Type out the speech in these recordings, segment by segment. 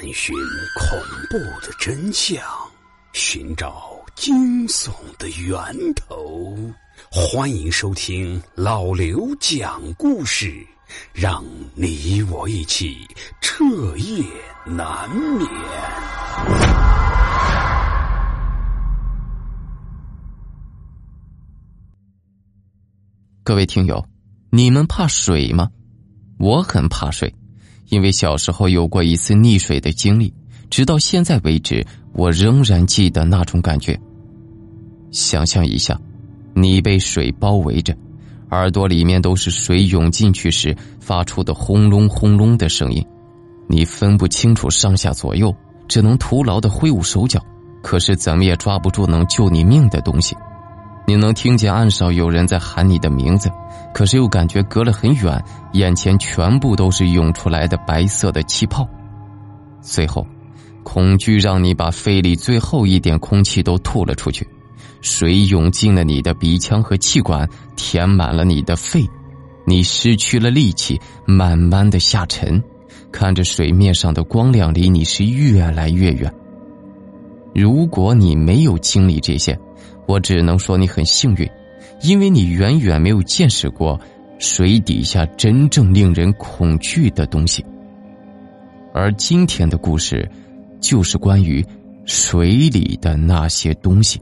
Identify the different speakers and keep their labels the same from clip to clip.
Speaker 1: 寻恐怖的真相，寻找惊悚的源头。欢迎收听老刘讲故事，让你我一起彻夜难眠。
Speaker 2: 各位听友，你们怕水吗？我很怕水，因为小时候有过一次溺水的经历，直到现在为止，我仍然记得那种感觉。想象一下，你被水包围着，耳朵里面都是水涌进去时发出的轰隆轰隆的声音，你分不清楚上下左右，只能徒劳地挥舞手脚，可是怎么也抓不住能救你命的东西。你能听见岸上有人在喊你的名字，可是又感觉隔了很远，眼前全部都是涌出来的白色的气泡。最后，恐惧让你把肺里最后一点空气都吐了出去，水涌进了你的鼻腔和气管，填满了你的肺，你失去了力气，慢慢的下沉，看着水面上的光亮离你是越来越远。如果你没有经历这些，我只能说你很幸运，因为你远远没有见识过水底下真正令人恐惧的东西。而今天的故事就是关于水里的那些东西。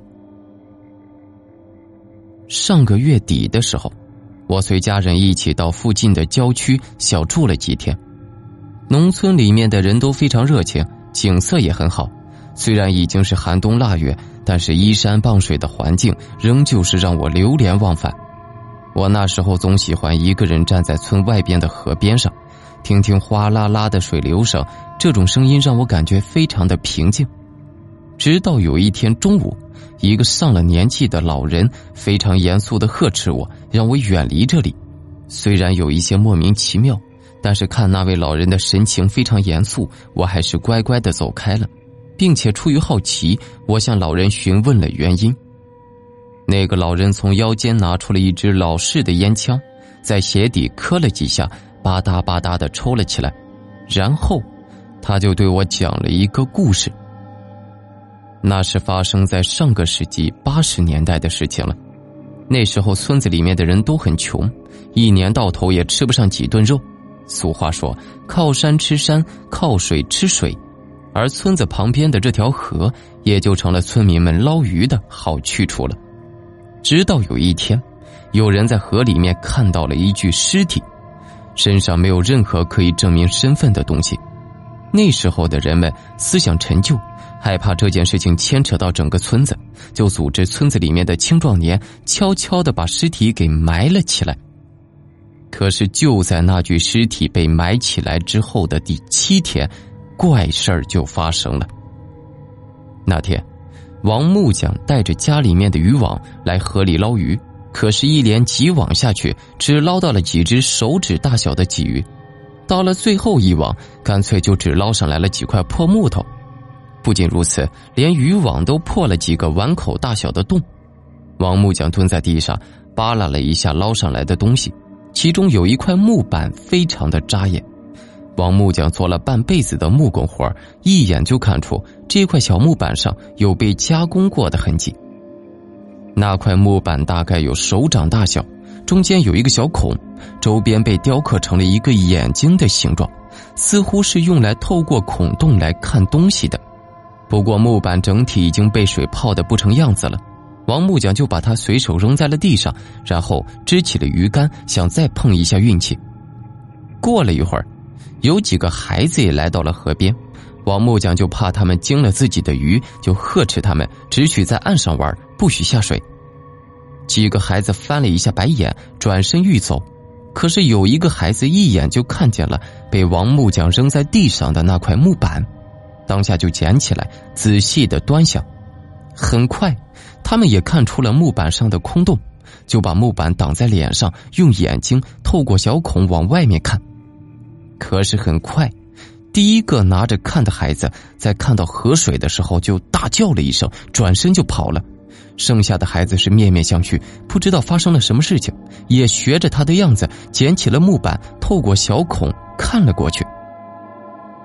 Speaker 2: 上个月底的时候，我随家人一起到附近的郊区小住了几天。农村里面的人都非常热情，景色也很好，虽然已经是寒冬腊月，但是依山傍水的环境仍旧是让我流连忘返。我那时候总喜欢一个人站在村外边的河边上，听听哗啦啦的水流声，这种声音让我感觉非常的平静。直到有一天中午，一个上了年纪的老人非常严肃地呵斥我，让我远离这里。虽然有一些莫名其妙，但是看那位老人的神情非常严肃，我还是乖乖地走开了，并且出于好奇，我向老人询问了原因。那个老人从腰间拿出了一支老式的烟枪，在鞋底磕了几下，吧嗒吧嗒地抽了起来，然后他就对我讲了一个故事。那是发生在上个世纪80年代的事情了。那时候村子里面的人都很穷，一年到头也吃不上几顿肉。俗话说，靠山吃山，靠水吃水，而村子旁边的这条河也就成了村民们捞鱼的好去处了。直到有一天，有人在河里面看到了一具尸体，身上没有任何可以证明身份的东西。那时候的人们思想陈旧，害怕这件事情牵扯到整个村子，就组织村子里面的青壮年悄悄地把尸体给埋了起来。可是就在那具尸体被埋起来之后的第7天，怪事儿就发生了。那天，王木匠带着家里面的渔网来河里捞鱼，可是一连几网下去，只捞到了几只手指大小的鲫鱼。到了最后一网，干脆就只捞上来了几块破木头。不仅如此，连渔网都破了几个碗口大小的洞。王木匠蹲在地上扒拉了一下捞上来的东西，其中有一块木板非常的扎眼。王木匠做了半辈子的木工活，一眼就看出这块小木板上有被加工过的痕迹。那块木板大概有手掌大小，中间有一个小孔，周边被雕刻成了一个眼睛的形状，似乎是用来透过孔洞来看东西的。不过木板整体已经被水泡得不成样子了，王木匠就把它随手扔在了地上，然后支起了鱼竿，想再碰一下运气。过了一会儿，有几个孩子也来到了河边，王木匠就怕他们惊了自己的鱼，就呵斥他们只许在岸上玩，不许下水。几个孩子翻了一下白眼，转身欲走，可是有一个孩子一眼就看见了被王木匠扔在地上的那块木板，当下就捡起来仔细地端详。很快他们也看出了木板上的空洞，就把木板挡在脸上，用眼睛透过小孔往外面看。可是很快，第一个拿着看的孩子在看到河水的时候就大叫了一声，转身就跑了。剩下的孩子是面面相觑，不知道发生了什么事情，也学着他的样子捡起了木板，透过小孔看了过去。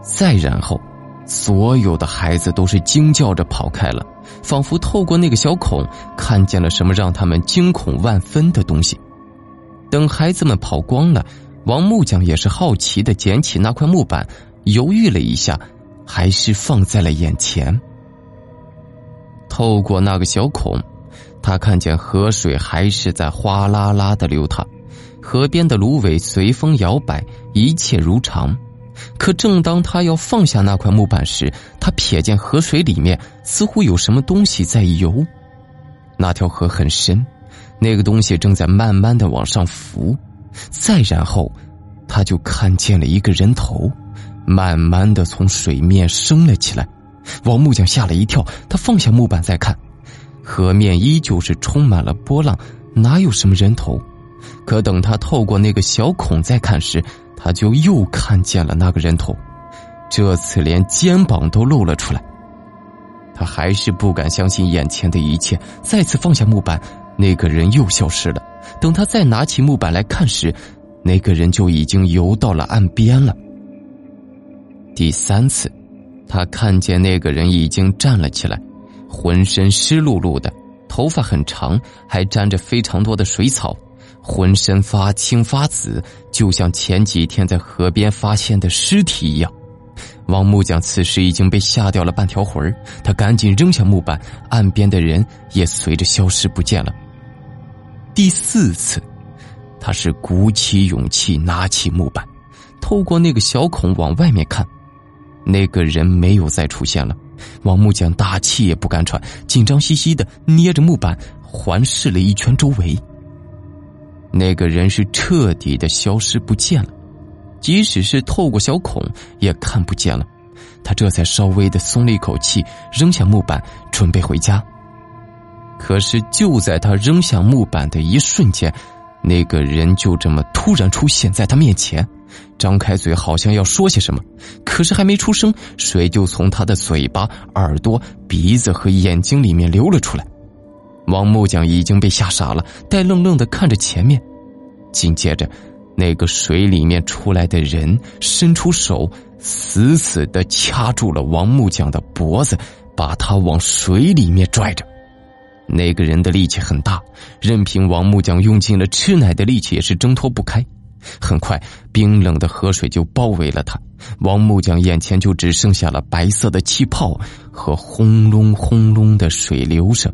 Speaker 2: 再然后，所有的孩子都是惊叫着跑开了，仿佛透过那个小孔看见了什么让他们惊恐万分的东西。等孩子们跑光了，王木匠也是好奇地捡起那块木板，犹豫了一下，还是放在了眼前。透过那个小孔，他看见河水还是在哗啦啦地流淌，河边的芦苇随风摇摆，一切如常。可正当他要放下那块木板时，他瞥见河水里面似乎有什么东西在游。那条河很深，那个东西正在慢慢地往上浮。再然后，他就看见了一个人头，慢慢地从水面升了起来。王木匠吓了一跳，他放下木板再看，河面依旧是充满了波浪，哪有什么人头？可等他透过那个小孔再看时，他就又看见了那个人头，这次连肩膀都露了出来。他还是不敢相信眼前的一切，再次放下木板，那个人又消失了。等他再拿起木板来看时，那个人就已经游到了岸边了。第三次，他看见那个人已经站了起来，浑身湿漉漉的，头发很长，还沾着非常多的水草，浑身发青发紫，就像前几天在河边发现的尸体一样。王木匠此时已经被吓掉了半条魂，他赶紧扔下木板，岸边的人也随着消失不见了。第四次，他是鼓起勇气拿起木板，透过那个小孔往外面看，那个人没有再出现了。王木匠大气也不敢喘，紧张兮兮的捏着木板环视了一圈周围。那个人是彻底的消失不见了，即使是透过小孔也看不见了。他这才稍微的松了一口气，扔下木板准备回家。可是就在他扔下木板的一瞬间，那个人就这么突然出现在他面前，张开嘴好像要说些什么，可是还没出声，水就从他的嘴巴、耳朵、鼻子和眼睛里面流了出来。王木匠已经被吓傻了，呆愣愣地看着前面。紧接着，那个水里面出来的人伸出手，死死地掐住了王木匠的脖子，把他往水里面拽着。那个人的力气很大，任凭王木匠用尽了吃奶的力气也是挣脱不开。很快，冰冷的河水就包围了他，王木匠眼前就只剩下了白色的气泡和轰隆轰隆的水流声。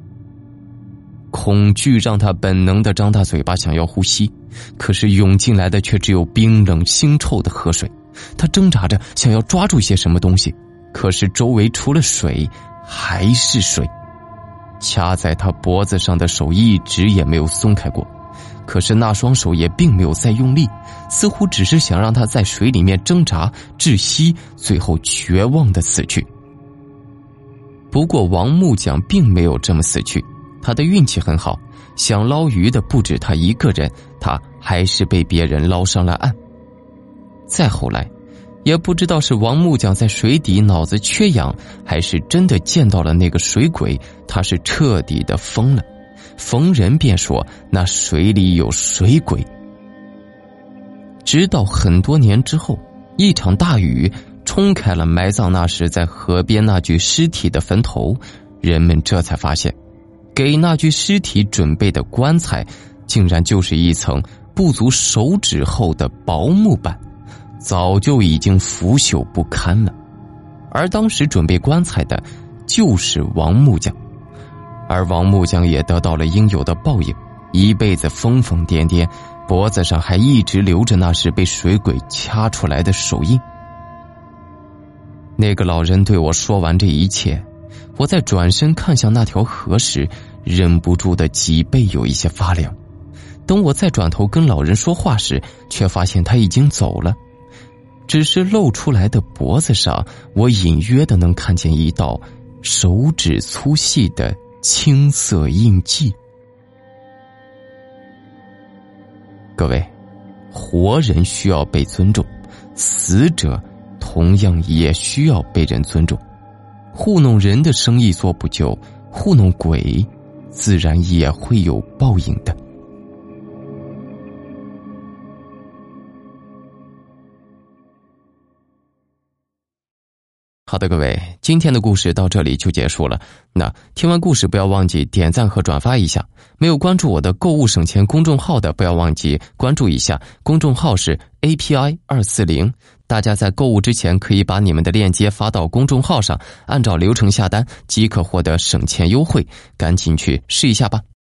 Speaker 2: 恐惧让他本能地张大嘴巴想要呼吸，可是涌进来的却只有冰冷腥臭的河水。他挣扎着想要抓住些什么东西，可是周围除了水还是水。掐在他脖子上的手一直也没有松开过，可是那双手也并没有再用力，似乎只是想让他在水里面挣扎窒息，最后绝望地死去。不过王木匠并没有这么死去，他的运气很好，想捞鱼的不止他一个人，他还是被别人捞上了岸。再后来，也不知道是王木匠在水底脑子缺氧，还是真的见到了那个水鬼，他是彻底的疯了，逢人便说那水里有水鬼。直到很多年之后，一场大雨冲开了埋葬那时在河边那具尸体的坟头，人们这才发现，给那具尸体准备的棺材竟然就是一层不足手指厚的薄木板，早就已经腐朽不堪了。而当时准备棺材的就是王木匠，而王木匠也得到了应有的报应，一辈子疯疯癫癫，脖子上还一直留着那时被水鬼掐出来的手印。那个老人对我说完这一切，我在转身看向那条河时，忍不住的脊背有一些发凉。等我再转头跟老人说话时，却发现他已经走了，只是露出来的脖子上，我隐约的能看见一道手指粗细的青色印记。各位，活人需要被尊重，死者同样也需要被人尊重。糊弄人的生意做不久，糊弄鬼自然也会有报应的。 好的，各位，今天的故事到这里就结束了。那听完故事不要忘记点赞和转发一下。没有关注我的购物省钱公众号的，不要忘记关注一下，公众号是 API240。大家在购物之前可以把你们的链接发到公众号上，按照流程下单即可获得省钱优惠，赶紧去试一下吧。